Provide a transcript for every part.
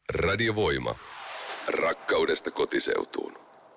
Radiovoima. Rakkaudesta kotiseutuun.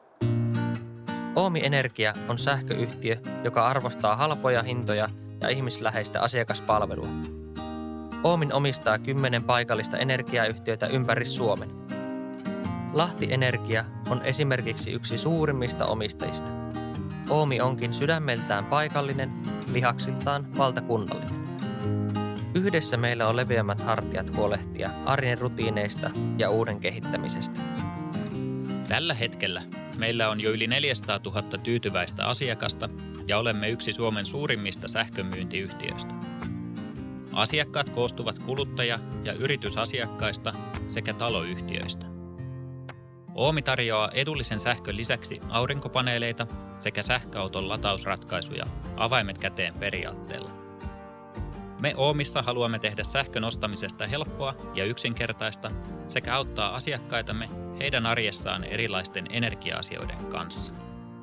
Oomi Energia on sähköyhtiö, joka arvostaa halpoja hintoja ja ihmisläheistä asiakaspalvelua. Oomin omistaa 10 paikallista energiayhtiötä ympäri Suomen. Lahti Energia on esimerkiksi yksi suurimmista omistajista. Oomi onkin sydämeltään paikallinen, lihaksiltaan valtakunnallinen. Yhdessä meillä on leveämmät hartiat huolehtia arjen rutiineista ja uuden kehittämisestä. Tällä hetkellä meillä on jo yli 400 000 tyytyväistä asiakasta ja olemme yksi Suomen suurimmista sähkömyyntiyhtiöistä. Asiakkaat koostuvat kuluttaja- ja yritysasiakkaista sekä taloyhtiöistä. Oomi tarjoaa edullisen sähkön lisäksi aurinkopaneeleita sekä sähköauton latausratkaisuja avaimet käteen periaatteella. Me Oomissa haluamme tehdä sähkön ostamisesta helppoa ja yksinkertaista sekä auttaa asiakkaitamme heidän arjessaan erilaisten energia-asioiden kanssa.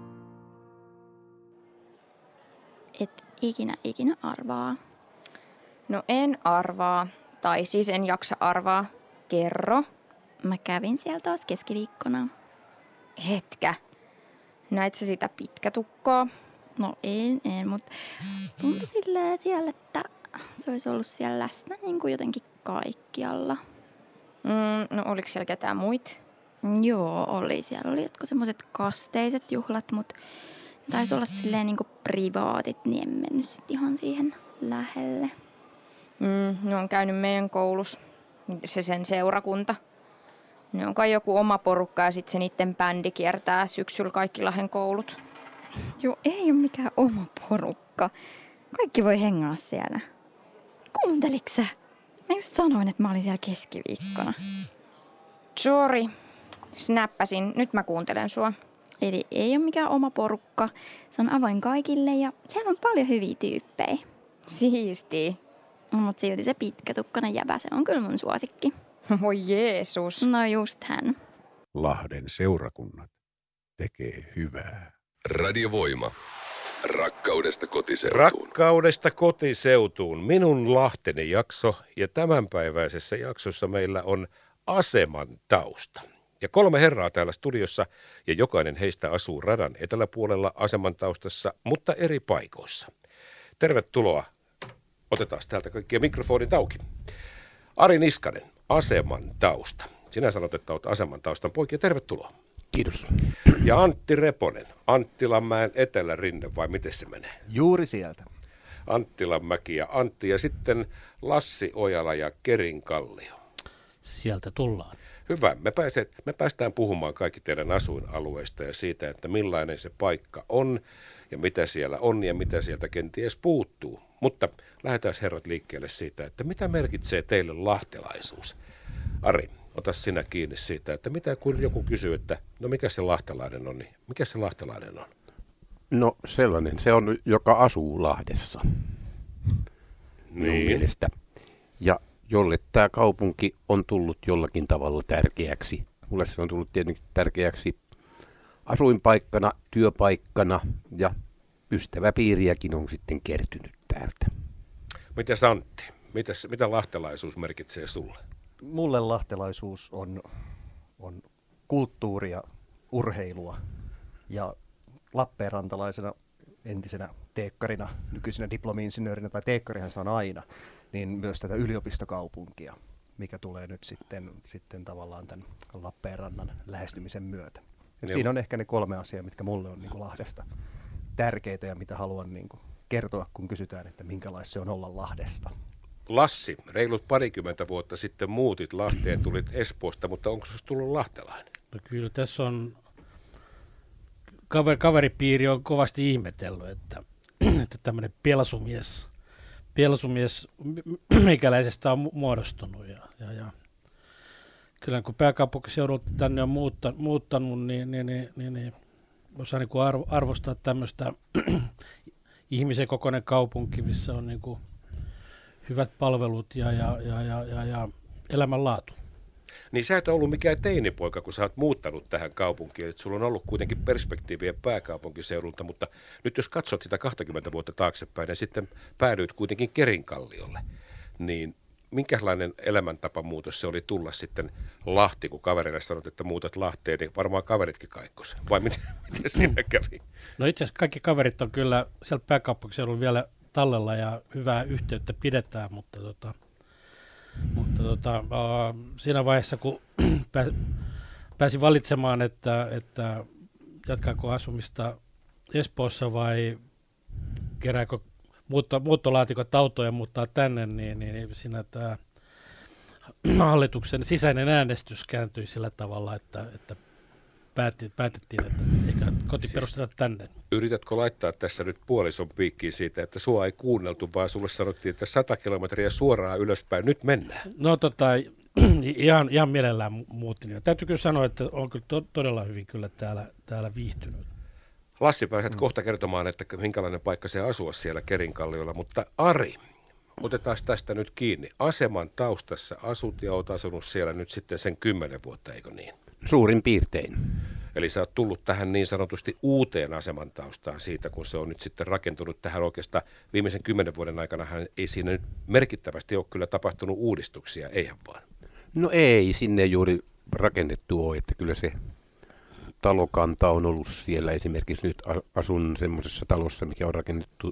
Et ikinä arvaa. No en arvaa, tai siis en jaksa arvaa. Kerro. Mä kävin siellä taas keskiviikkona. Hetkä. Näit sä sitä pitkätukkaa? No en, mutta tuntui silleen siellä, että se olisi ollut siellä läsnä niin kuin jotenkin kaikkialla. No oliko siellä ketään muit? Joo, oli. Siellä oli jotkut semmoiset kasteiset juhlat, mutta taisi olla silleen niin kuin privaatit, niin en mennyt sit ihan siihen lähelle. Ne on käynyt meidän koulussa, se sen seurakunta. Ne on kai joku oma porukka ja sitten se niiden bändi kiertää syksyllä kaikki Lahden koulut. Joo, ei ole mikään oma porukka. Kaikki voi hengaa siellä. Kuunteliks sä? Mä just sanoin, että mä olin siellä keskiviikkona. Sorry. Snappasin. Nyt mä kuuntelen sua. Eli ei ole mikään oma porukka. Se on avoin kaikille ja siellä on paljon hyviä tyyppejä. Siistii. Mut silti se pitkätukkainen jäbä, se on kyllä mun suosikki. Voi Jeesus. No just hän. Lahden seurakunnat tekee hyvää. Radiovoima. Rakkaudesta kotiseutuun. Rakkaudesta kotiseutuun. Minun Lahteni jakso ja tämänpäiväisessä jaksossa meillä on aseman tausta. Ja 3 herraa täällä studiossa ja jokainen heistä asuu radan eteläpuolella aseman taustassa, mutta eri paikoissa. Tervetuloa. Otetaan täältä kaikkia mikrofonin auki. Ari Niskanen, aseman tausta. Sinä sanot, että olet aseman taustan poikia. Tervetuloa. Kiitos. Ja Antti Reponen, Anttilanmäen etelärinne vai miten se menee? Juuri sieltä. Anttilanmäki ja Antti ja sitten Lassi Ojala ja Kerinkallio. Sieltä tullaan. Hyvä. Me päästään puhumaan kaikki teidän asuinalueista ja siitä, että millainen se paikka on ja mitä siellä on ja mitä sieltä kenties puuttuu. Mutta lähdetään herrat liikkeelle siitä, että mitä merkitsee teille lahtelaisuus? Ari, ota sinä kiinni siitä, että mitä kun joku kysyy, että no mikä se lahtelainen on, niin mikä se lahtelainen on? No sellainen se on, joka asuu Lahdessa. Minun mielestä. Ja jolle tämä kaupunki on tullut jollakin tavalla tärkeäksi. Mulle se on tullut tietenkin tärkeäksi asuinpaikkana, työpaikkana ja ystäväpiiriäkin on sitten kertynyt täältä. Mitäs Antti? Mitä lahtelaisuus merkitsee sulle? Mulle lahtelaisuus on kulttuuria, urheilua ja lappeenrantalaisena entisenä teekkarina, nykyisenä diplomi-insinöörinä, tai teekkarihan se on aina, niin myös tätä yliopistokaupunkia, mikä tulee nyt sitten tavallaan tämän Lappeenrannan lähestymisen myötä. Siinä on ehkä ne 3 asiaa, mitkä mulle on niin kuin Lahdesta tärkeitä ja mitä haluan niin kuin kertoa, kun kysytään, että minkälaista se on olla Lahdesta. Lassi, reilut 20 vuotta sitten muutit Lahteen, tulit Espoosta, mutta onko sinusta tullut lahtelainen? No kyllä tässä on, kaveripiiri on kovasti ihmetellyt, että tämmöinen pelsumies meikäläisestä on muodostunut. Ja kyllä kun pääkaupunkiseudulta tänne on muuttanut, niin osaa niin arvostaa tämmöistä ihmisen kokoinen kaupunki, missä on niin kuin hyvät palvelut ja elämänlaatu. Niin sä et ollut mikään teinipoika, kun sä oot muuttanut tähän kaupunkiin, että sulla on ollut kuitenkin perspektiiviä pääkaupunkiseudulta, mutta nyt jos katsot sitä 20 vuotta taaksepäin ja sitten päädyit kuitenkin Kerinkalliolle, niin minkälainen elämäntapamuutos se oli tulla sitten Lahti, kun kaverille sanot, että muutat Lahteen, niin varmaan kaveritkin kaikkos. Vai miten siinä kävi? No itse asiassa kaikki kaverit on kyllä siellä pääkaupunkiseudulla vielä tallella ja hyvää yhteyttä pidetään, mutta siinä vaiheessa, kun pääsin valitsemaan, että jatkaako asumista Espoossa vai kerääkö muuttolaatikot autoja ja muuttaa tänne, niin siinä tämä hallituksen sisäinen äänestys kääntyi sillä tavalla, että päätettiin, että eikä koti perusteta tänne. Yritätkö laittaa tässä nyt puolison piikkiin siitä, että sua ei kuunneltu, vaan sulle sanottiin, että 100 kilometriä suoraan ylöspäin, nyt mennään? No ihan mielellään muutin. Ja täytyy kyllä sanoa, että on kyllä todella hyvin kyllä täällä viihtynyt. Lassi, pääset kohta kertomaan, että minkälainen paikka se asua siellä Kerinkalliolla, mutta Ari, otetaan tästä nyt kiinni. Aseman taustassa asut ja oot asunut siellä nyt sitten sen 10 vuotta, eikö niin? Suurin piirtein. Eli sä oot tullut tähän niin sanotusti uuteen aseman taustaan siitä, kun se on nyt sitten rakentunut tähän oikeastaan viimeisen 10 vuoden aikana. Ei siinä nyt merkittävästi ole kyllä tapahtunut uudistuksia, eihän vaan. No ei sinne juuri rakennettu ole, että kyllä se talokanta on ollut siellä. Esimerkiksi nyt asun semmoisessa talossa, mikä on rakennettu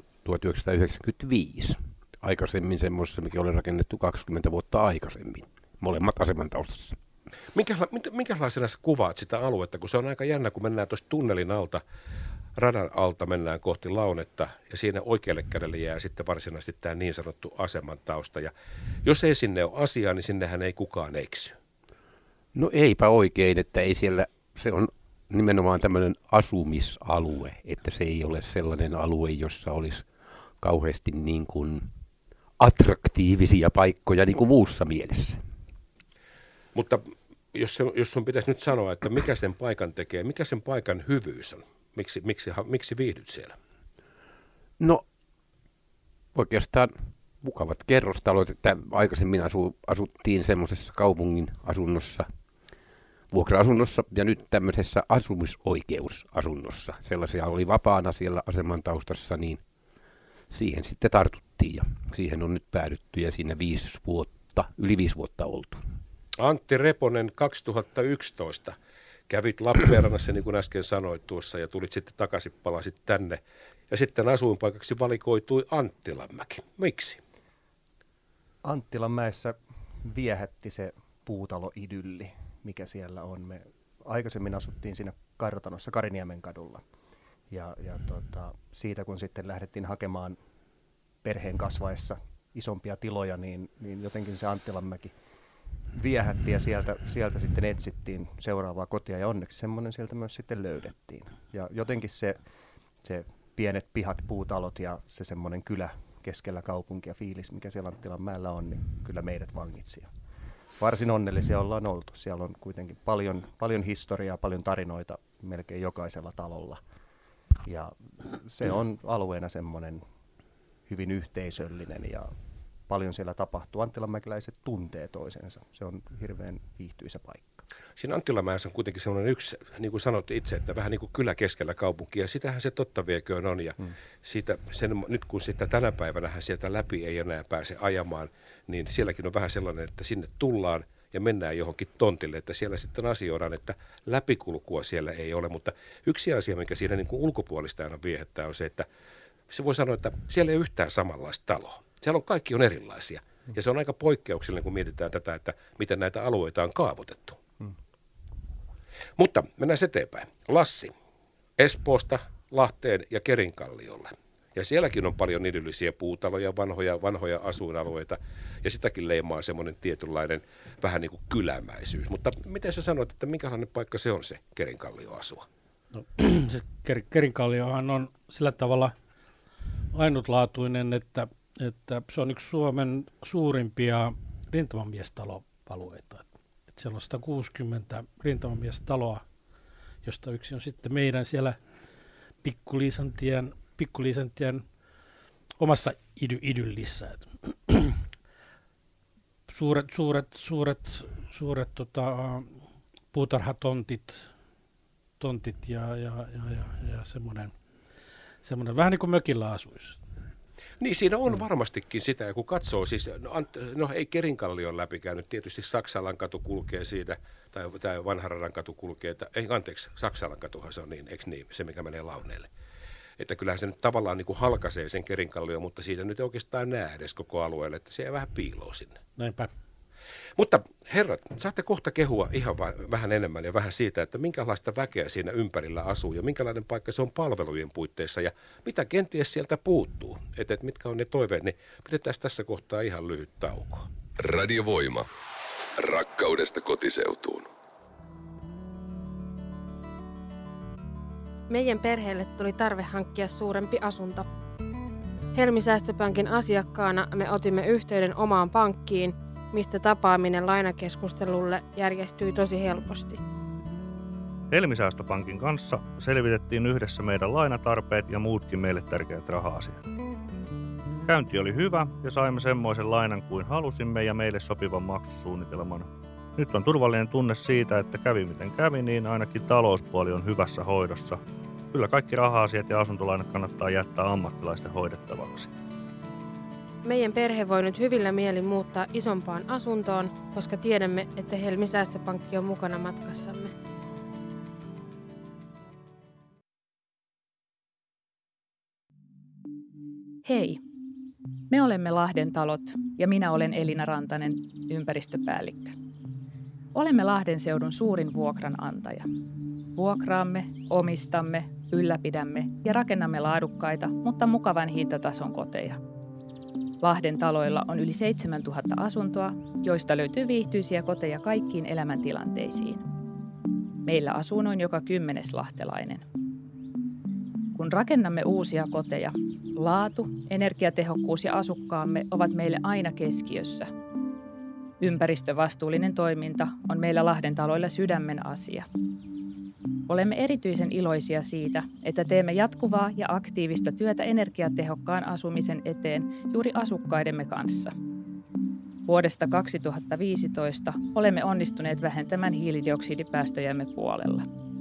1995. Aikaisemmin semmoisessa, mikä oli rakennettu 20 vuotta aikaisemmin. Molemmat aseman taustassa. Minkälaisena sä kuvaat sitä aluetta, kun se on aika jännä, kun mennään tuosta tunnelin alta, radan alta mennään kohti Launetta ja siinä oikealle kädelle jää sitten varsinaisesti tämä niin sanottu aseman tausta. Ja jos ei sinne ole asiaa, niin sinnehän ei kukaan eksy. No eipä oikein, että ei siellä, se on nimenomaan tämmöinen asumisalue, että se ei ole sellainen alue, jossa olisi kauheasti niin kuin attraktiivisia paikkoja niin kuin muussa mielessä. Mutta jos sun pitäisi nyt sanoa, että mikä sen paikan tekee, mikä sen paikan hyvyys on, miksi viihdyt siellä? No oikeastaan mukavat kerrostalot, että aikaisemmin asuttiin semmoisessa kaupungin asunnossa, vuokra-asunnossa ja nyt tämmöisessä asumisoikeusasunnossa. Sellaisia oli vapaana siellä aseman taustassa, niin siihen sitten tartuttiin ja siihen on nyt päädytty ja siinä yli 5 vuotta oltu. Antti Reponen, 2011 kävit Lappeenrannassa, niin kuin äsken sanoit tuossa, ja tulit sitten takaisin, palasit tänne. Ja sitten asuinpaikaksi valikoitui Anttilanmäki. Miksi? Anttilanmäessä viehätti se puutaloidylli, mikä siellä on. Me aikaisemmin asuttiin siinä kartanossa Kariniemen kadulla. Ja siitä kun sitten lähdettiin hakemaan perheen kasvaessa isompia tiloja, niin jotenkin se Anttilanmäki viehätti ja sieltä sitten etsittiin seuraavaa kotia ja onneksi semmoinen sieltä myös sitten löydettiin. Ja jotenkin se pienet pihat, puutalot ja se semmoinen kylä keskellä kaupunkia fiilis, mikä siellä Anttilanmäellä on, niin kyllä meidät vangitsi. Varsin onnellisia ollaan oltu. Siellä on kuitenkin paljon historiaa, paljon tarinoita melkein jokaisella talolla. Ja se on alueena semmoinen hyvin yhteisöllinen ja paljon siellä tapahtuu. Anttilanmäkeläiset tuntee toisensa. Se on hirveän viihtyisä paikka. Siinä Anttilanmäessä on kuitenkin semmoinen yksi, niin kuin sanot itse, että vähän niin kuin kylä keskellä kaupunkia. Ja sitähän se totta vieköön on. Ja nyt kun sitä tänä päivänä sieltä läpi ei enää pääse ajamaan, niin sielläkin on vähän sellainen, että sinne tullaan ja mennään johonkin tontille, että siellä sitten asioidaan, että läpikulkua siellä ei ole. Mutta yksi asia, mikä siinä niin kuin ulkopuolista aina viehättää, on se, että se voi sanoa, että siellä ei ole yhtään samanlaista taloa. Siellä kaikki on erilaisia. Ja se on aika poikkeuksellinen, kun mietitään tätä, että miten näitä alueita on kaavoitettu. Mutta mennään eteenpäin. Lassi, Espoosta Lahteen ja Kerinkalliolle. Ja sielläkin on paljon idyllisiä puutaloja, vanhoja asuinalueita. Ja sitäkin leimaa semmoinen tietynlainen vähän niin kuin kylämäisyys. Mutta miten sä sanoit, että minkälainen paikka se on se Kerinkallio asua? No, se Kerinkalliohan on sillä tavalla ainutlaatuinen, että se on yksi Suomen suurimpia rintamamiestaloalueita. Että siellä on 160 rintamamiestaloa, josta yksi on sitten meidän siellä Pikkuliisantien omassa idyllissä. Suuret puutarhatontit ja semmoinen vähän niin kuin mökillä asuisi. Niin siinä on varmastikin sitä, ja kun katsoo, siis, no ei Kerinkallion läpikäynyt, tietysti Saksalan katu kulkee siitä, tai tämä Vanharadan katu kulkee, Saksalan katuhan se on niin, eikö niin, se mikä menee Launeelle. Että kyllähän se nyt tavallaan niin kuin halkaisee sen Kerinkallion, mutta siitä nyt ei oikeastaan näe edes koko alueelle, että se jää vähän piiloon sinne. Näinpä. Mutta herrat, saatte kohta kehua ihan vähän enemmän ja vähän siitä, että minkälaista väkeä siinä ympärillä asuu ja minkälainen paikka se on palvelujen puitteissa ja mitä kenties sieltä puuttuu. Että mitkä on ne toiveet, niin pidetään tässä kohtaa ihan lyhyt tauko. Radiovoima. Rakkaudesta kotiseutuun. Meidän perheelle tuli tarve hankkia suurempi asunto. Helmi-säästöpankin asiakkaana me otimme yhteyden omaan pankkiin, mistä tapaaminen lainakeskustelulle järjestyi tosi helposti. Helmi-säästöpankin kanssa selvitettiin yhdessä meidän lainatarpeet ja muutkin meille tärkeät raha-asiat. Käynti oli hyvä ja saimme semmoisen lainan kuin halusimme ja meille sopivan maksusuunnitelman. Nyt on turvallinen tunne siitä, että kävi miten kävi, niin ainakin talouspuoli on hyvässä hoidossa. Kyllä kaikki raha-asiat ja asuntolainat kannattaa jättää ammattilaisten hoidettavaksi. Meidän perhe voi nyt hyvillä mielin muuttaa isompaan asuntoon, koska tiedämme, että Helmi-säästöpankki on mukana matkassamme. Hei, me olemme Lahden talot ja minä olen Elina Rantanen, ympäristöpäällikkö. Olemme Lahden seudun suurin vuokranantaja. Vuokraamme, omistamme, ylläpidämme ja rakennamme laadukkaita, mutta mukavan hintatason koteja. Lahden taloilla on yli 7000 asuntoa, joista löytyy viihtyisiä koteja kaikkiin elämäntilanteisiin. Meillä asuu noin joka 10. lahtelainen. Kun rakennamme uusia koteja, laatu, energiatehokkuus ja asukkaamme ovat meille aina keskiössä. Ympäristövastuullinen toiminta on meillä Lahden taloilla sydämen asia. Olemme erityisen iloisia siitä, että teemme jatkuvaa ja aktiivista työtä energiatehokkaan asumisen eteen juuri asukkaidemme kanssa. Vuodesta 2015 olemme onnistuneet vähentämään hiilidioksidipäästöjämme puolella.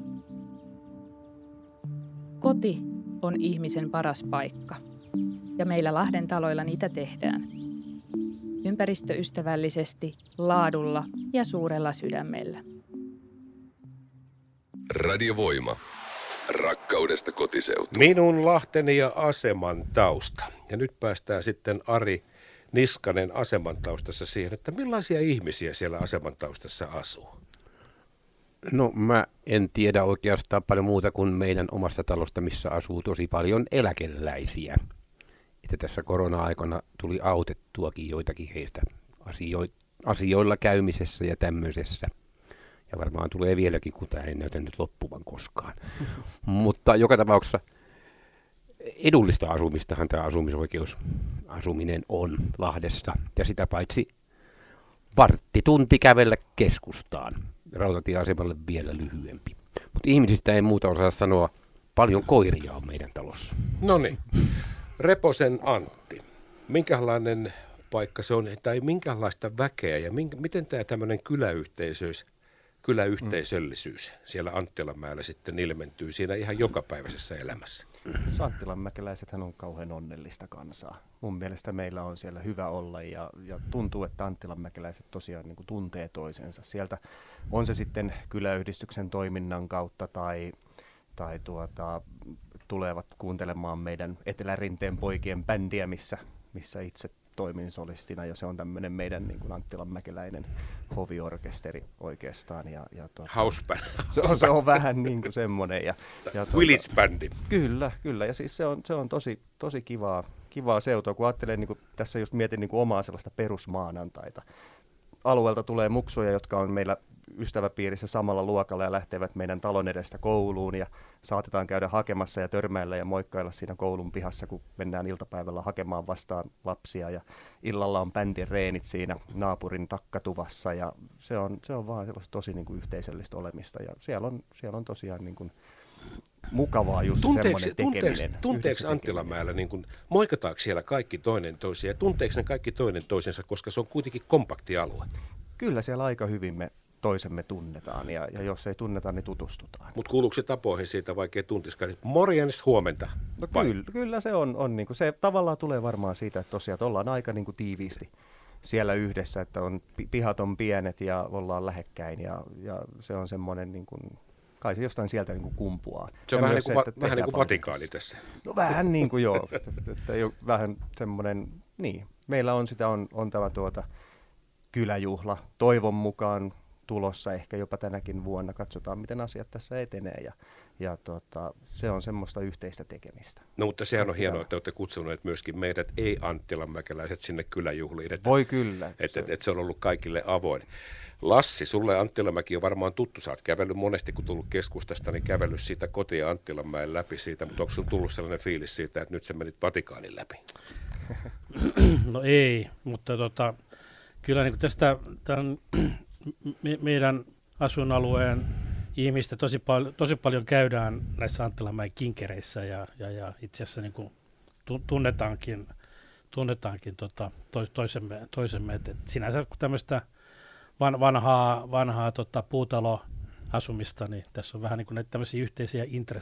Koti on ihmisen paras paikka, ja meillä Lahden taloilla niitä tehdään. Ympäristöystävällisesti, laadulla ja suurella sydämellä. Radiovoima. Rakkaudesta kotiseutuun. Minun Lahteni ja aseman tausta. Ja nyt päästään sitten Ari Niskanen aseman taustassa siihen, että millaisia ihmisiä siellä aseman taustassa asuu? No mä en tiedä oikeastaan paljon muuta kuin meidän omasta talosta, missä asuu tosi paljon eläkeläisiä. Että tässä korona-aikana tuli autettuakin joitakin heistä asioilla käymisessä ja tämmöisessä. Ja varmaan tulee vieläkin, kun tämä ei näytä nyt loppuvan koskaan. Mutta joka tapauksessa edullista asumistahan tämä asumiseen on Lahdessa. Ja sitä paitsi varttitunti kävellä keskustaan. Rautatieasemalle vielä lyhyempi. Mutta ihmisistä ei muuta osaa sanoa. Paljon koiria on meidän talossa. No niin. Reposen Antti. Minkälainen paikka se on, tai minkälaista väkeä ja miten tämä tämmöinen kyläyhteisöllisyys siellä Anttilanmäellä sitten ilmentyy siinä ihan jokapäiväisessä elämässä? Anttilanmäkeläisethän on kauhean onnellista kansaa. Mun mielestä meillä on siellä hyvä olla ja tuntuu, että anttilanmäkeläiset tosiaan niin kuin tuntee toisensa. Sieltä on se sitten kyläyhdistyksen toiminnan kautta tai tulevat kuuntelemaan meidän Etelärinteen poikien bändiä, missä itse toimin solistina, ja se on tämmöinen meidän niin kuin anttilanmäkeläinen hoviorkesteri oikeastaan. Houseband. Se on vähän niin kuin semmoinen. Village-bändi. Kyllä, ja siis se on tosi kivaa seutua, kun ajattelee, niin kuin tässä just mietin niin kuin omaa sellaista perusmaanantaita. Alueelta tulee muksuja, jotka on meillä ystäväpiirissä samalla luokalla ja lähtevät meidän talon edestä kouluun ja saatetaan käydä hakemassa ja törmäillä ja moikkailla siinä koulun pihassa, kun mennään iltapäivällä hakemaan vastaan lapsia ja illalla on bändin reenit siinä naapurin takkatuvassa ja se on vaan sellaista tosi niin kuin yhteisöllistä olemista ja siellä on tosiaan niin kuin mukavaa just semmoinen tekeminen. Tunteeko Anttilanmäellä, niin kuin, moikataanko siellä kaikki toinen toisia ja tunteeko ne kaikki toinen toisensa, koska se on kuitenkin kompakti alue? Kyllä siellä aika hyvin me toisemme tunnetaan. Ja jos ei tunneta, niin tutustutaan. Mutta kuuluuko se tapoihin siitä vaikea tuntiskaan? Morjens, huomenta. No kyllä se on niin kuin, se tavallaan tulee varmaan siitä, että tosiaan ollaan aika niin kuin tiiviisti siellä yhdessä, että pihat on pienet ja ollaan lähekkäin ja se on semmoinen, niin kuin, kai se jostain sieltä niin kuin kumpuaa. Se on vähän niin kuin Vatikaani tässä. No vähän niin kuin joo, että vähän semmoinen, niin. Meillä on sitä, on tämä kyläjuhla toivon mukaan tulossa ehkä jopa tänäkin vuonna. Katsotaan, miten asiat tässä etenee ja se on semmoista yhteistä tekemistä. No mutta sehän on hienoa, että olette kutsuneet myöskin meidät ei-anttilanmäkeläiset sinne kyläjuhliin. Voi kyllä. Että se on ollut kaikille avoin. Lassi, sulle Anttilanmäki on varmaan tuttu. Sä oot kävellyt monesti, kun tullut keskustasta, niin kävellyt siitä kotia Anttilanmäen läpi siitä. Mutta onko sulla tullut sellainen fiilis siitä, että nyt sä menit Vatikaanin läpi? No ei, mutta kyllä niin tästä meidän asuinalueen ihmistä tosi paljon käydään näissä Anttilanmäen kinkereissä ja itse asiassa niin kuin tunnetaankin toisemme. Et sinänsä kun tämmöistä vanhaa puutaloasumista, niin tässä on vähän niin kuin näitä tämmöisiä yhteisiä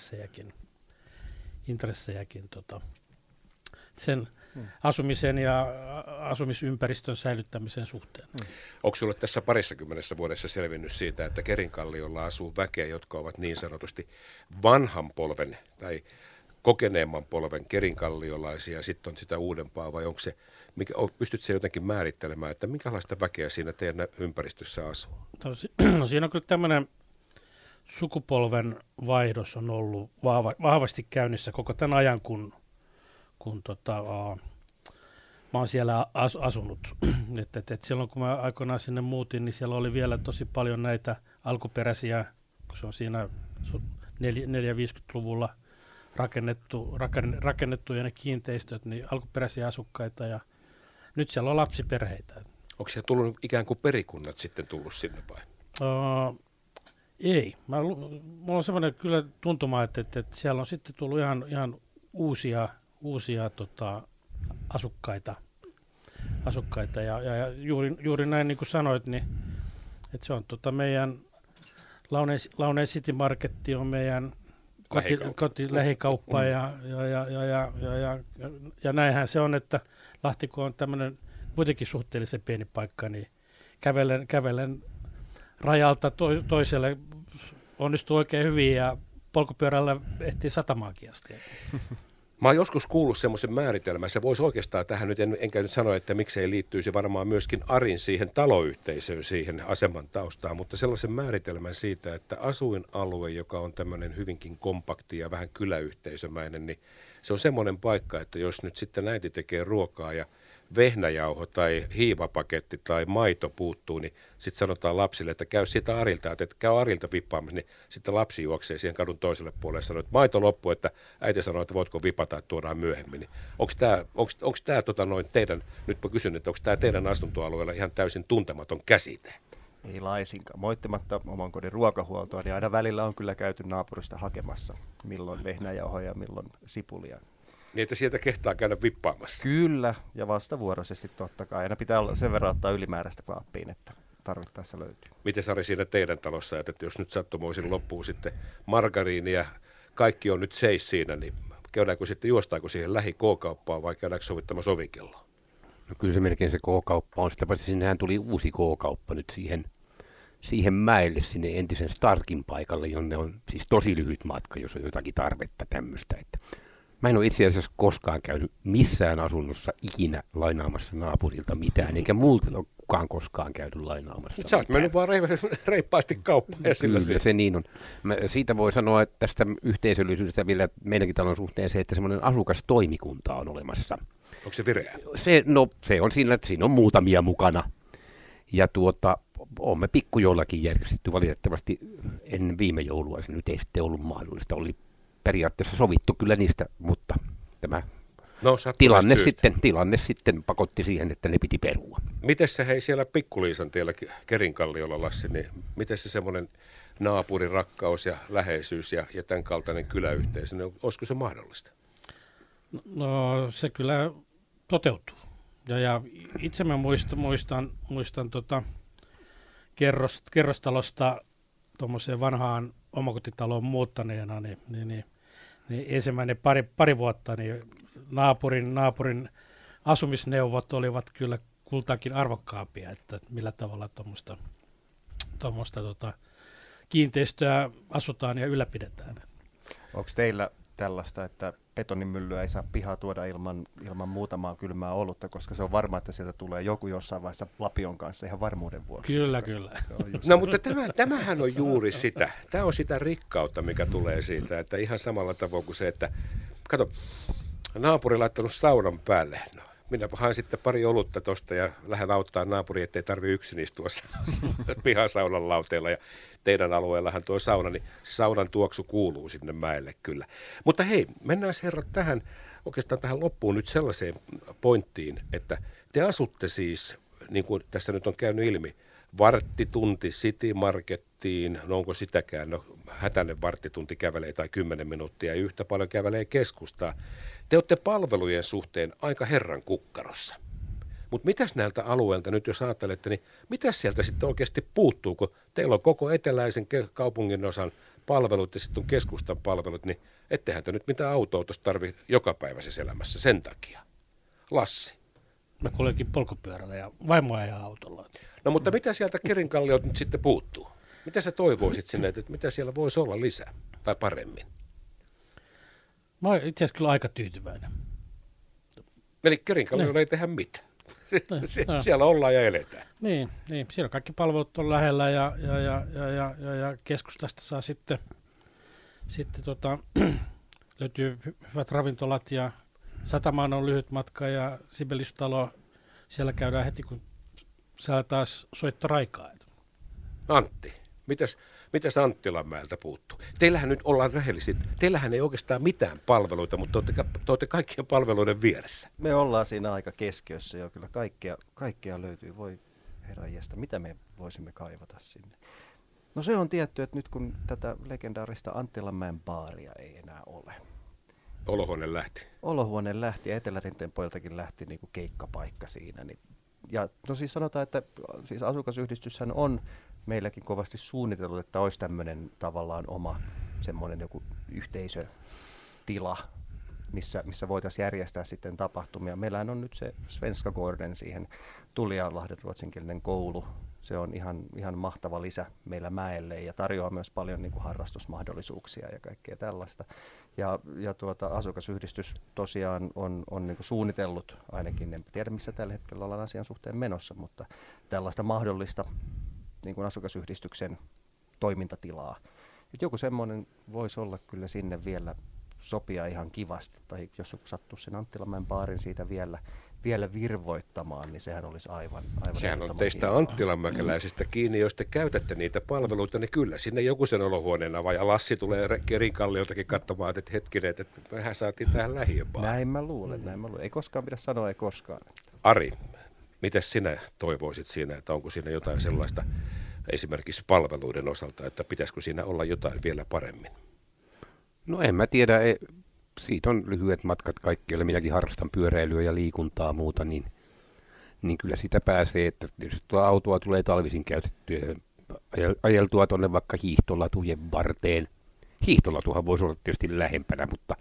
intressejäkin sen asumisen ja asumisympäristön säilyttämisen suhteen. Onko sinulle tässä 20 vuodessa selvinnyt siitä, että Kerinkalliolla asuu väkeä, jotka ovat niin sanotusti vanhan polven tai kokeneemman polven kerinkalliolaisia ja sitten on sitä uudempaa, vai onko se, pystytkö jotenkin määrittelemään, että minkälaista väkeä siinä teidän ympäristössä asuu? No siinä on kyllä tämmöinen sukupolven vaihdos on ollut vahvasti käynnissä koko tämän ajan, kun mä oon siellä asunut. Et silloin kun mä aikoinaan sinne muutin, niin siellä oli vielä tosi paljon näitä alkuperäisiä, kun se on siinä 450-luvulla rakennettuja ne kiinteistöt, niin alkuperäisiä asukkaita ja nyt siellä on lapsiperheitä. Onko siellä tullut ikään kuin perikunnat sitten tullut sinne vai? Ei. Mulla on semmoinen kyllä tuntuma, että siellä on sitten tullut ihan uusia asukkaita ja juuri näin niin kuin sanoit, niin että se on meidän Launeen City Marketti on meidän lähikauppa ja näinhän se on, että Lahti kun on tämmöinen kuitenkin suhteellisen pieni paikka, niin kävelen rajalta toiselle onnistuu oikein hyvin ja polkupyörällä ehtii satamaakin asti. Mä oon joskus kuullut semmoisen määritelmän, se voisi oikeastaan tähän nyt, enkä nyt sano, että miksei liittyisi varmaan myöskin Arin siihen taloyhteisöön, siihen aseman taustaan, mutta sellaisen määritelmän siitä, että asuinalue, joka on tämmöinen hyvinkin kompakti ja vähän kyläyhteisömäinen, niin se on semmoinen paikka, että jos nyt sitten äiti tekee ruokaa ja vehnäjauho tai hiivapaketti tai maito puuttuu, niin sitten sanotaan lapsille, että käy siitä Arilta, että käy Arilta vippaamassa, niin sitten lapsi juoksee siihen kadun toiselle puolelle ja sanoo, että maito loppuu, että äiti sanoo, että voitko vipata, että tuodaan myöhemmin. Niin onko tämä teidän, nyt mä kysyn, että onko tämä teidän asuntoalueella ihan täysin tuntematon käsite? Ei laisinkaan. Moittimatta oman kodin ruokahuoltoa, niin aina välillä on kyllä käyty naapurista hakemassa, milloin vehnäjauhoja, milloin sipulia. Niin, että sieltä kehtaa käydä vippaamassa. Kyllä, ja vastavuoroisesti totta kai. Aina pitää sen verran ottaa ylimääräistä kaappiin, että tarvittaessa löytyy. Miten Sari siinä teidän talossa, että jos nyt sattumoisin loppuu sitten margariini ja kaikki on nyt seis siinä, niin käydäänkö sitten, juostaako siihen lähi K-kauppaan vai käydäänkö sovittamassa ovikelloa? No kyllä se melkein se K-kauppa on. Sitä paitsi sinnehän tuli uusi K-kauppa nyt siihen mäelle, sinne entisen Starkin paikalle, jonne on siis tosi lyhyt matka, jos on jotakin tarvetta tämmöistä. Mä en ole itse asiassa koskaan käynyt missään asunnossa ikinä lainaamassa naapurilta mitään, eikä multa ole kukaan koskaan käynyt lainaamassa mitään. Sä oot mennyt vaan reippaasti kauppaan. Kyllä se niin on. Siitä voi sanoa, että tästä yhteisöllisyydestä vielä meidänkin talon suhteen se, että semmoinen asukastoimikunta on olemassa. Onko se vireä? Se on siinä, että siinä on muutamia mukana. Ja olemme pikkujollakin järjestetty valitettavasti ennen viime joulua. Se nyt ei sitten ollut mahdollista. Oli periaatteessa sovittu kyllä niistä, mutta tämä tilanne sitten pakotti siihen, että ne piti perua. Miten se siellä Pikkuliisan tiellä Kerinkalliolla, Lassi, niin miten se semmoinen naapurirakkaus ja läheisyys ja tämän kaltainen kyläyhteisö, niin olisiko se mahdollista? No se kyllä toteutuu. Ja itse mä muistan kerrostalosta tuommoiseen vanhaan omakotitaloon muuttaneena, niin ensimmäinen pari vuotta niin naapurin asumisneuvot olivat kyllä kultaakin arvokkaampia, että millä tavalla tuommoista kiinteistöä asutaan ja ylläpidetään. Onko teillä tällaista, että betonimyllyä ei saa pihaa tuoda ilman muutamaa kylmää olutta, koska se on varma, että sieltä tulee joku jossain vaiheessa lapion kanssa ihan varmuuden vuoksi? Kyllä. No mutta tämähän on juuri sitä. Tämä on sitä rikkautta, mikä tulee siitä, että ihan samalla tavoin kuin se, että kato, naapuri laittanut saunan päälle. No, minä haen sitten pari olutta tosta ja lähden auttaa naapuri, ettei tarvitse yksin istua pihasaunan lauteella. Ja teidän alueellahan tuo sauna, niin se saunan tuoksu kuuluu sinne mäelle kyllä. Mutta hei, mennään herrat oikeastaan tähän loppuun nyt sellaiseen pointtiin, että te asutte siis, niin kuin tässä nyt on käynyt ilmi, varttitunti City Markettiin, no onko sitäkään, no hätäinen varttitunti kävelee tai 10 minuuttia ja yhtä paljon kävelee keskustaa. Te olette palvelujen suhteen aika herran kukkarossa. Mutta mitäs näiltä alueilta nyt, jos ajattelette, niin mitäs sieltä sitten oikeasti puuttuu, kun teillä on koko eteläisen kaupungin osan palvelut ja sitten on keskustan palvelut, niin ettehän te nyt mitään autoa tuossa tarvitse jokapäiväisessä elämässä sen takia. Lassi. Mä kuljekin polkupyörällä ja vaimo ajaa autolla. No mutta mitä sieltä Kerinkalliolta nyt sitten puuttuu? Mitä sä toivoisit sinne, että mitä siellä voisi olla lisää tai paremmin? Mä oon itse asiassa kyllä aika tyytyväinen. Eli Kerinkalliolla ei tehdä mitään. Siellä ollaan ja eletään. Niin, siellä kaikki palvelut on lähellä ja keskustasta saa sitten löytyy hyvät ravintolat ja Satamaan on lyhyt matka ja Sibeliustalo, siellä käydään heti kun siellä taas soitto raikaa. Antti, mitäs Anttilanmäeltä puuttuu? Teillähän nyt ollaan rehellisiä, teillähän ei oikeastaan mitään palveluita, mutta te olette kaikkien palveluiden vieressä. Me ollaan siinä aika keskiössä jo, kyllä kaikkea löytyy. Voi herranjestä, mitä me voisimme kaivata sinne? No se on tietty, että nyt kun tätä legendaarista Anttilanmäen baaria ei enää ole. Olohuone lähti ja Etelärinteen pojiltakin lähti niin kuin keikkapaikka siinä. Ja no siis sanotaan, että siis asukasyhdistyshän on meilläkin kovasti suunnitellut, että olisi tämmöinen tavallaan oma semmoinen joku yhteisötila, missä voitaisiin järjestää sitten tapahtumia. Meillähän on nyt se Svenska Gården siihen Tulialahden ruotsinkielinen koulu. Se on ihan mahtava lisä meillä mäelle ja tarjoaa myös paljon niin kuin harrastusmahdollisuuksia ja kaikkea tällaista. Ja asukasyhdistys tosiaan on niin kuin suunnitellut, ainakin en tiedä missä tällä hetkellä ollaan asian suhteen menossa, mutta tällaista mahdollista niin kuin asukasyhdistyksen toimintatilaa. Et joku semmoinen voisi olla kyllä sinne vielä sopia ihan kivasti, tai jos joku sattuu sen Anttilanmäen baarin siitä vielä virvoittamaan, niin sehän olisi aivan sehän on teistä anttilanmäkeläisistä kiinni, jos te käytätte niitä palveluita, niin kyllä sinne joku sen olohuoneen avaa, ja Lassi tulee Kerinkallioltakin katsomaan, että hetkinen, että mehän saatiin tähän lähiöbaan. Näin mä luulen. Ei koskaan pidä sanoa, ei koskaan. Ari, mites sinä toivoisit siinä, että onko siinä jotain sellaista esimerkiksi palveluiden osalta, että pitäisikö siinä olla jotain vielä paremmin? No en mä tiedä, siitä on lyhyet matkat kaikkialle, minäkin harrastan pyöräilyä ja liikuntaa muuta, niin kyllä sitä pääsee, että jos autoa tulee talvisin käytettyä, ajeltua tuonne vaikka hiihtolatujen varteen. Hiihtolatuhan voisi olla tietysti lähempänä, mutta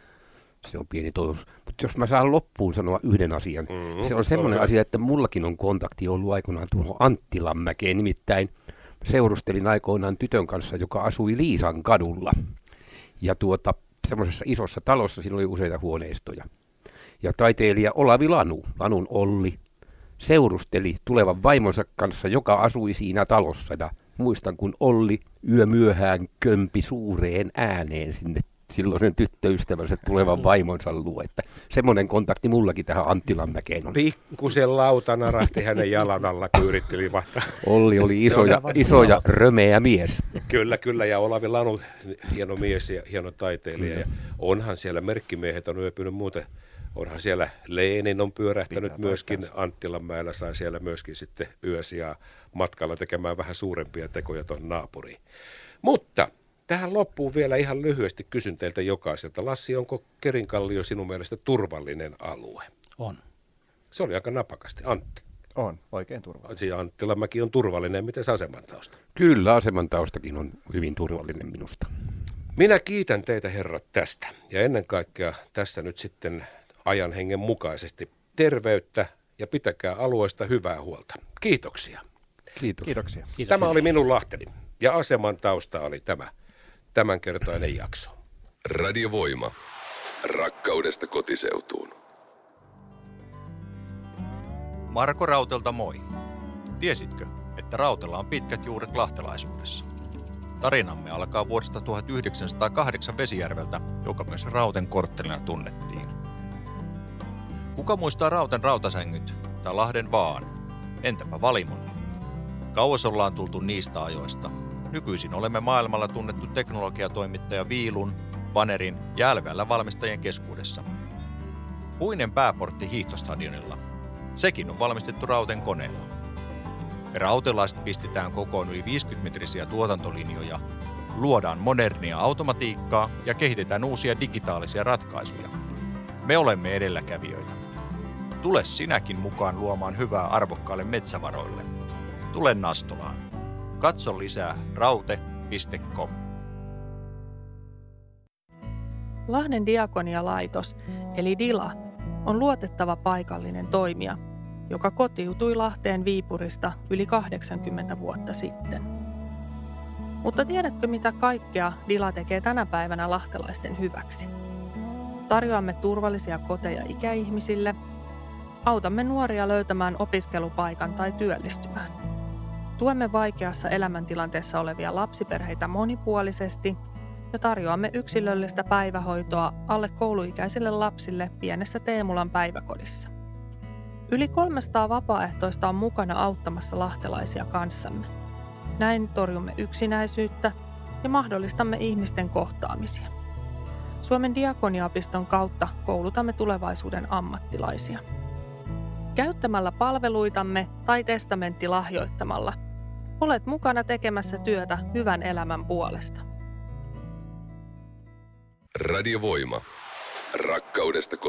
se on pieni toivomus. Mutta jos mä saan loppuun sanoa yhden asian, se on semmoinen asia, että mullakin on kontakti ollut aikoinaan tuohon Anttilanmäkeen, nimittäin seurustelin aikoinaan tytön kanssa, joka asui Liisan kadulla. Ja semmoisessa isossa talossa siinä oli useita huoneistoja. Ja taiteilija Olavi Lanun Olli, seurusteli tulevan vaimonsa kanssa, joka asui siinä talossa. Ja muistan, kun Olli yömyöhään kömpi suureen ääneen sinne silloisen tyttöystävänsä tulevan vaimonsa luo. Että semmoinen kontakti mullakin tähän Anttilanmäkeen on. Pikkusen lauta narahti hänen jalan alla, kun yritteli vahtaa. Olli oli iso ja römeä mies. Kyllä, ja Olavi Lanu, hieno mies ja hieno taiteilija. Ja onhan siellä merkkimiehet on yöpynyt muuten. Onhan siellä Lenin on pyörähtänyt myöskin, Anttilanmäellä sai siellä myöskin sitten yösijaa matkalla tekemään vähän suurempia tekoja tuon naapuriin. Mutta tähän loppuun vielä ihan lyhyesti kysyn teiltä jokaiselta. Lassi, onko Kerinkallio sinun mielestä turvallinen alue? On. Se oli aika napakasti. Antti? On, oikein turvallinen. Asia Anttilamäki on turvallinen. Miten aseman tausta? Kyllä, aseman taustakin on hyvin turvallinen minusta. Minä kiitän teitä herrat tästä. Ja ennen kaikkea tässä nyt sitten ajan hengen mukaisesti terveyttä ja pitäkää alueesta hyvää huolta. Kiitoksia. Kiitos. Kiitoksia. Tämä oli minun Lahteni ja aseman tausta oli tämä tämänkertainen jakso. Radiovoima. Rakkaudesta kotiseutuun. Marko Rautelta moi. Tiesitkö, että Rautella on pitkät juuret lahtelaisuudessa? Tarinamme alkaa vuodesta 1908 Vesijärveltä, joka myös Rauten korttelina tunnettiin. Kuka muistaa Rauten rautasängyt tai Lahden vaan? Entäpä Valimon? Kauas ollaan tultu niistä ajoista. Nykyisin olemme maailmalla tunnettu teknologiatoimittaja Viilun, Vanerin ja LVL valmistajien keskuudessa. Puinen pääportti hiihtostadionilla. Sekin on valmistettu Rauten koneella. Me rautelaiset pistetään kokoon yli 50-metrisiä tuotantolinjoja, luodaan modernia automatiikkaa ja kehitetään uusia digitaalisia ratkaisuja. Me olemme edelläkävijöitä. Tule sinäkin mukaan luomaan hyvää arvokkaille metsävaroille. Tule Nastolaan. Katso lisää raute.com. Lahden diakonialaitos, eli DILA, on luotettava paikallinen toimija, joka kotiutui Lahteen Viipurista yli 80 vuotta sitten. Mutta tiedätkö, mitä kaikkea DILA tekee tänä päivänä lahtelaisten hyväksi? Tarjoamme turvallisia koteja ikäihmisille, autamme nuoria löytämään opiskelupaikan tai työllistymään. Tuemme vaikeassa elämäntilanteessa olevia lapsiperheitä monipuolisesti ja tarjoamme yksilöllistä päivähoitoa alle kouluikäisille lapsille pienessä Teemulan päiväkodissa. Yli 300 vapaaehtoista on mukana auttamassa lahtelaisia kanssamme. Näin torjumme yksinäisyyttä ja mahdollistamme ihmisten kohtaamisia. Suomen diakoniaopiston kautta koulutamme tulevaisuuden ammattilaisia. Käyttämällä palveluitamme tai testamenttilahjoittamalla olet mukana tekemässä työtä hyvän elämän puolesta. Radiovoima. Rakkaudesta